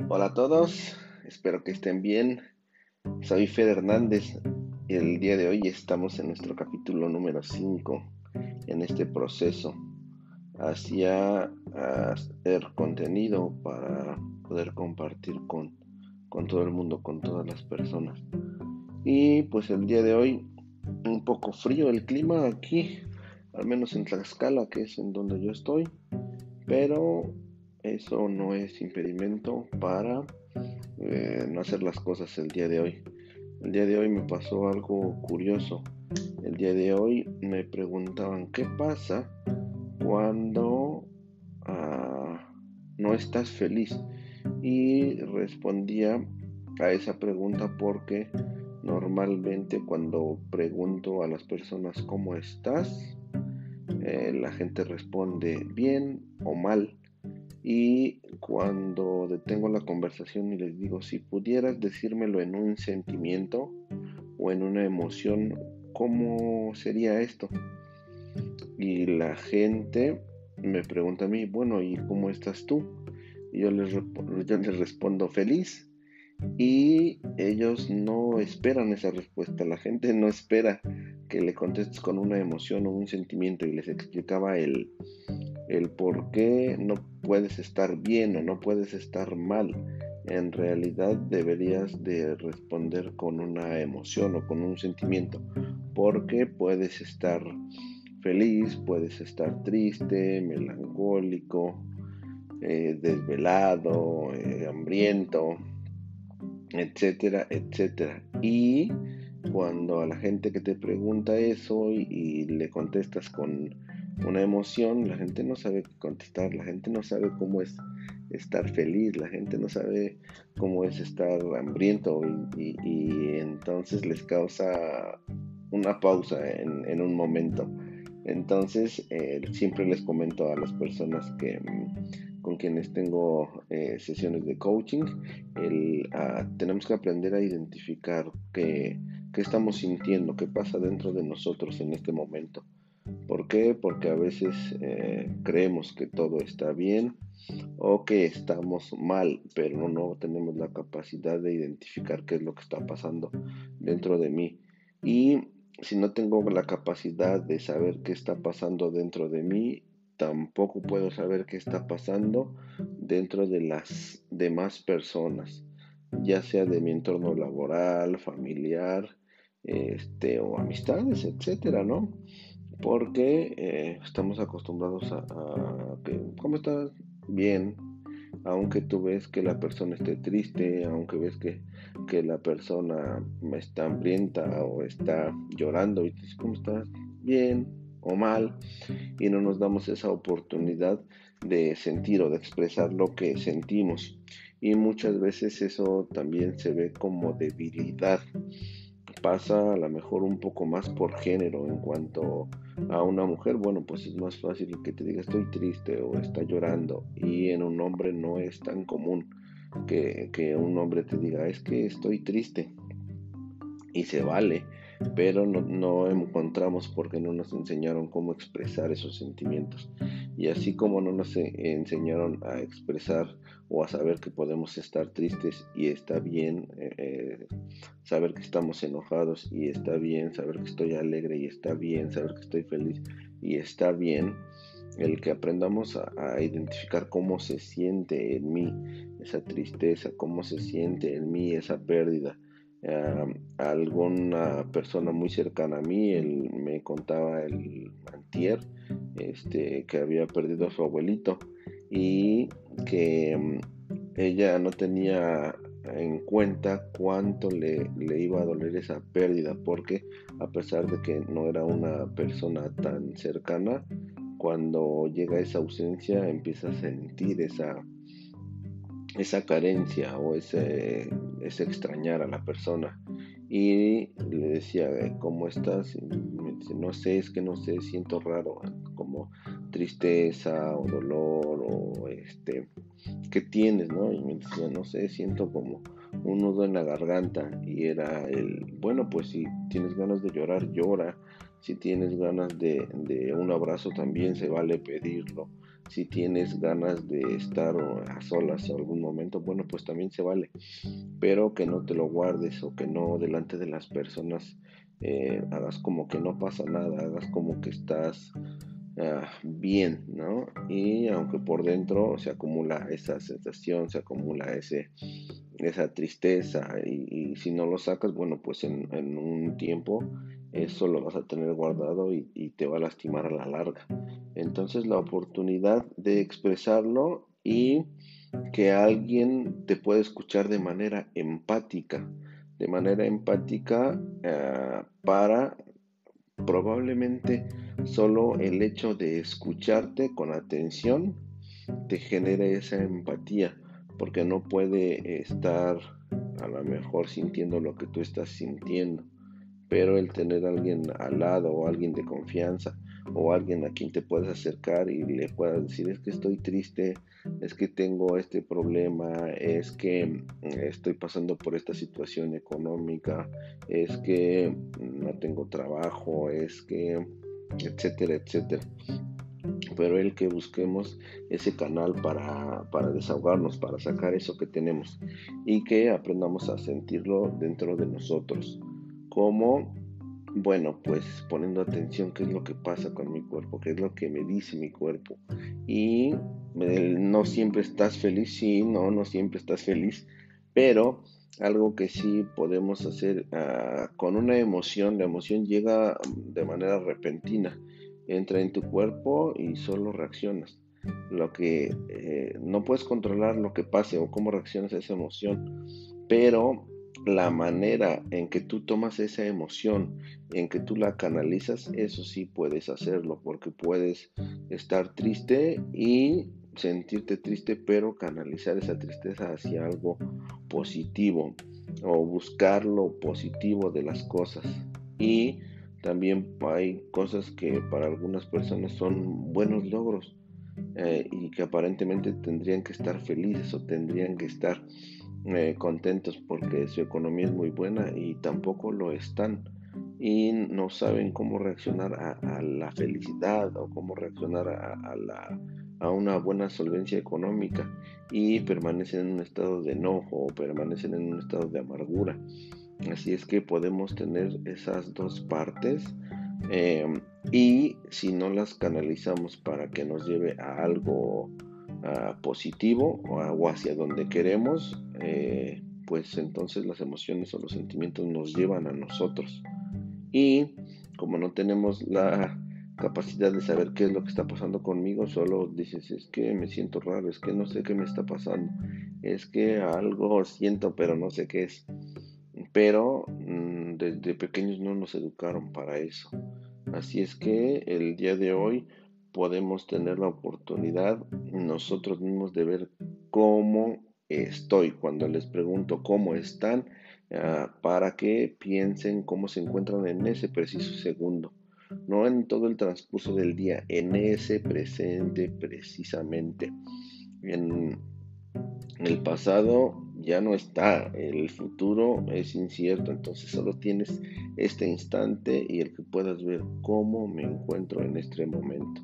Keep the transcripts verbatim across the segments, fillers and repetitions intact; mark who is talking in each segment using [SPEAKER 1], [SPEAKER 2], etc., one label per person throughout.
[SPEAKER 1] Hola a todos, espero que estén bien. Soy Fede Hernández y el día de hoy estamos en nuestro capítulo número cinco en este proceso hacia hacer contenido para poder compartir con, con todo el mundo, con todas las personas. Y pues el día de hoy un poco frío el clima aquí, al menos en Tlaxcala, que es en donde yo estoy, pero eso no es impedimento para eh, no hacer las cosas el día de hoy. El día de hoy me pasó algo curioso. El día de hoy me preguntaban qué pasa cuando ah, no estás feliz. Y respondía a esa pregunta porque normalmente cuando pregunto a las personas cómo estás, eh, la gente responde bien o mal. Y cuando detengo la conversación y les digo, si pudieras decírmelo en un sentimiento o en una emoción, ¿cómo sería esto? Y la gente me pregunta a mí, bueno, ¿y cómo estás tú? Y yo les, yo les respondo feliz. Y ellos no esperan esa respuesta. La gente no espera que le contestes con una emoción o un sentimiento. Y les explicaba el, el por qué no puedes estar bien o no puedes estar mal. En realidad deberías de responder con una emoción o con un sentimiento, porque puedes estar feliz, puedes estar triste, melancólico, eh, desvelado, eh, hambriento, etcétera, etcétera. Y cuando a la gente que te pregunta eso y, y le contestas con una emoción, la gente no sabe qué contestar, la gente no sabe cómo es estar feliz, la gente no sabe cómo es estar hambriento y, y, y entonces les causa una pausa en, en un momento. Entonces, eh, siempre les comento a las personas que con quienes tengo eh, sesiones de coaching, el, uh, tenemos que aprender a identificar qué, qué estamos sintiendo, qué pasa dentro de nosotros en este momento. ¿Por qué? Porque a veces eh, creemos que todo está bien o que estamos mal, pero no tenemos la capacidad de identificar qué es lo que está pasando dentro de mí. Y si no tengo la capacidad de saber qué está pasando dentro de mí, tampoco puedo saber qué está pasando dentro de las demás personas, ya sea de mi entorno laboral, familiar, este, o amistades, etcétera, ¿no? Porque eh, estamos acostumbrados a, a que, ¿cómo estás? Bien, aunque tú ves que la persona esté triste, aunque ves que, que la persona está hambrienta o está llorando y tú dices, ¿cómo estás? Bien o mal, y no nos damos esa oportunidad de sentir o de expresar lo que sentimos. Y muchas veces eso también se ve como debilidad. Pasa a lo mejor un poco más por género. En cuanto a una mujer, bueno, pues es más fácil que te diga estoy triste o está llorando, y en un hombre no es tan común que, que un hombre te diga es que estoy triste, y se vale, pero no, no encontramos porque no nos enseñaron cómo expresar esos sentimientos. Y así como no nos enseñaron a expresar o a saber que podemos estar tristes y está bien, eh, eh, saber que estamos enojados y está bien, saber que estoy alegre y está bien, saber que estoy feliz y está bien, el que aprendamos a, a identificar cómo se siente en mí esa tristeza, cómo se siente en mí esa pérdida. Uh, alguna persona muy cercana a mí, él me contaba el antier, este, que había perdido a su abuelito y que um, ella no tenía en cuenta cuánto le, le iba a doler esa pérdida, porque a pesar de que no era una persona tan cercana, cuando llega esa ausencia empieza a sentir esa esa carencia o ese, ese extrañar a la persona. Y le decía, ¿cómo estás? Y me dice, no sé, es que no sé, siento raro, como tristeza o dolor o este, ¿qué tienes, no? Y me decía, no sé, siento como un nudo en la garganta. Y era el, bueno, pues si tienes ganas de llorar, llora. Si tienes ganas de, de un abrazo, también se vale pedirlo. Si tienes ganas de estar a solas en algún momento, bueno, pues también se vale, pero que no te lo guardes o que no delante de las personas eh, hagas como que no pasa nada, hagas como que estás uh, bien, ¿no? Y aunque por dentro se acumula esa sensación, se acumula ese, esa tristeza y, y si no lo sacas, bueno, pues en, en un tiempo eso lo vas a tener guardado y, y te va a lastimar a la larga. Entonces la oportunidad de expresarlo y que alguien te pueda escuchar de manera empática, de manera empática uh, para probablemente solo el hecho de escucharte con atención te genera esa empatía, porque no puede estar a lo mejor sintiendo lo que tú estás sintiendo, pero el tener a alguien al lado o alguien de confianza o alguien a quien te puedas acercar y le puedas decir es que estoy triste, es que tengo este problema, es que estoy pasando por esta situación económica, es que no tengo trabajo, es que etcétera, etcétera. Pero el que busquemos ese canal para, para desahogarnos, para sacar eso que tenemos y que aprendamos a sentirlo dentro de nosotros. Como, bueno, pues poniendo atención qué es lo que pasa con mi cuerpo, qué es lo que me dice mi cuerpo. Y eh, no siempre estás feliz, sí, no, no siempre estás feliz, pero algo que sí podemos hacer uh, con una emoción, la emoción llega de manera repentina, entra en tu cuerpo y solo reaccionas. Lo que eh, no puedes controlar lo que pase o cómo reaccionas a esa emoción, pero la manera en que tú tomas esa emoción, en que tú la canalizas, eso sí puedes hacerlo, porque puedes estar triste y sentirte triste, pero canalizar esa tristeza hacia algo positivo o buscar lo positivo de las cosas. Y también hay cosas que para algunas personas son buenos logros eh, y que aparentemente tendrían que estar felices o tendrían que estar eh, contentos porque su economía es muy buena y tampoco lo están y no saben cómo reaccionar a, a la felicidad o cómo reaccionar a, a, la, a una buena solvencia económica y permanecen en un estado de enojo o permanecen en un estado de amargura. Así es que podemos tener esas dos partes eh, y si no las canalizamos para que nos lleve a algo uh, positivo o, a, o hacia donde queremos, eh, pues entonces las emociones o los sentimientos nos llevan a nosotros. Y como no tenemos la capacidad de saber qué es lo que está pasando conmigo, solo dices, es que me siento raro, es que no sé qué me está pasando, es que algo siento pero no sé qué es. Pero mmm, desde pequeños no nos educaron para eso. Así es que el día de hoy podemos tener la oportunidad nosotros mismos de ver cómo estoy. Cuando les pregunto cómo están, uh, para que piensen cómo se encuentran en ese preciso segundo. No en todo el transcurso del día, en ese presente precisamente. En el pasado ya no está, el futuro es incierto, entonces solo tienes este instante y el que puedas ver cómo me encuentro en este momento.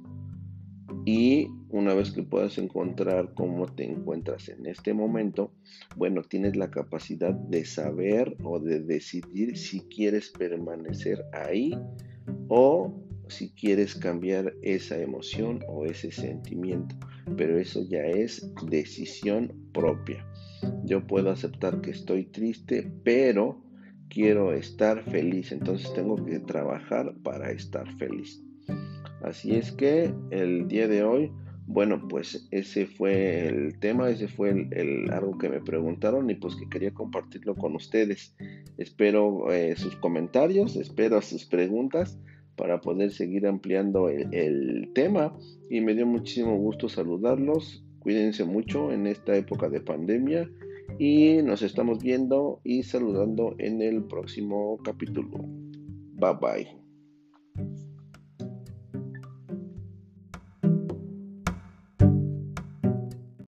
[SPEAKER 1] Y una vez que puedas encontrar cómo te encuentras en este momento, bueno, tienes la capacidad de saber o de decidir si quieres permanecer ahí o si quieres cambiar esa emoción o ese sentimiento, pero eso ya es decisión propia. Yo puedo aceptar que estoy triste, pero quiero estar feliz, entonces tengo que trabajar para estar feliz. Así es que el día de hoy, bueno, pues ese fue el tema, ese fue el, el algo que me preguntaron y pues que quería compartirlo con ustedes. Espero eh, sus comentarios, espero sus preguntas para poder seguir ampliando el, el tema y me dio muchísimo gusto saludarlos. Cuídense mucho en esta época de pandemia y nos estamos viendo y saludando en el próximo capítulo. Bye bye.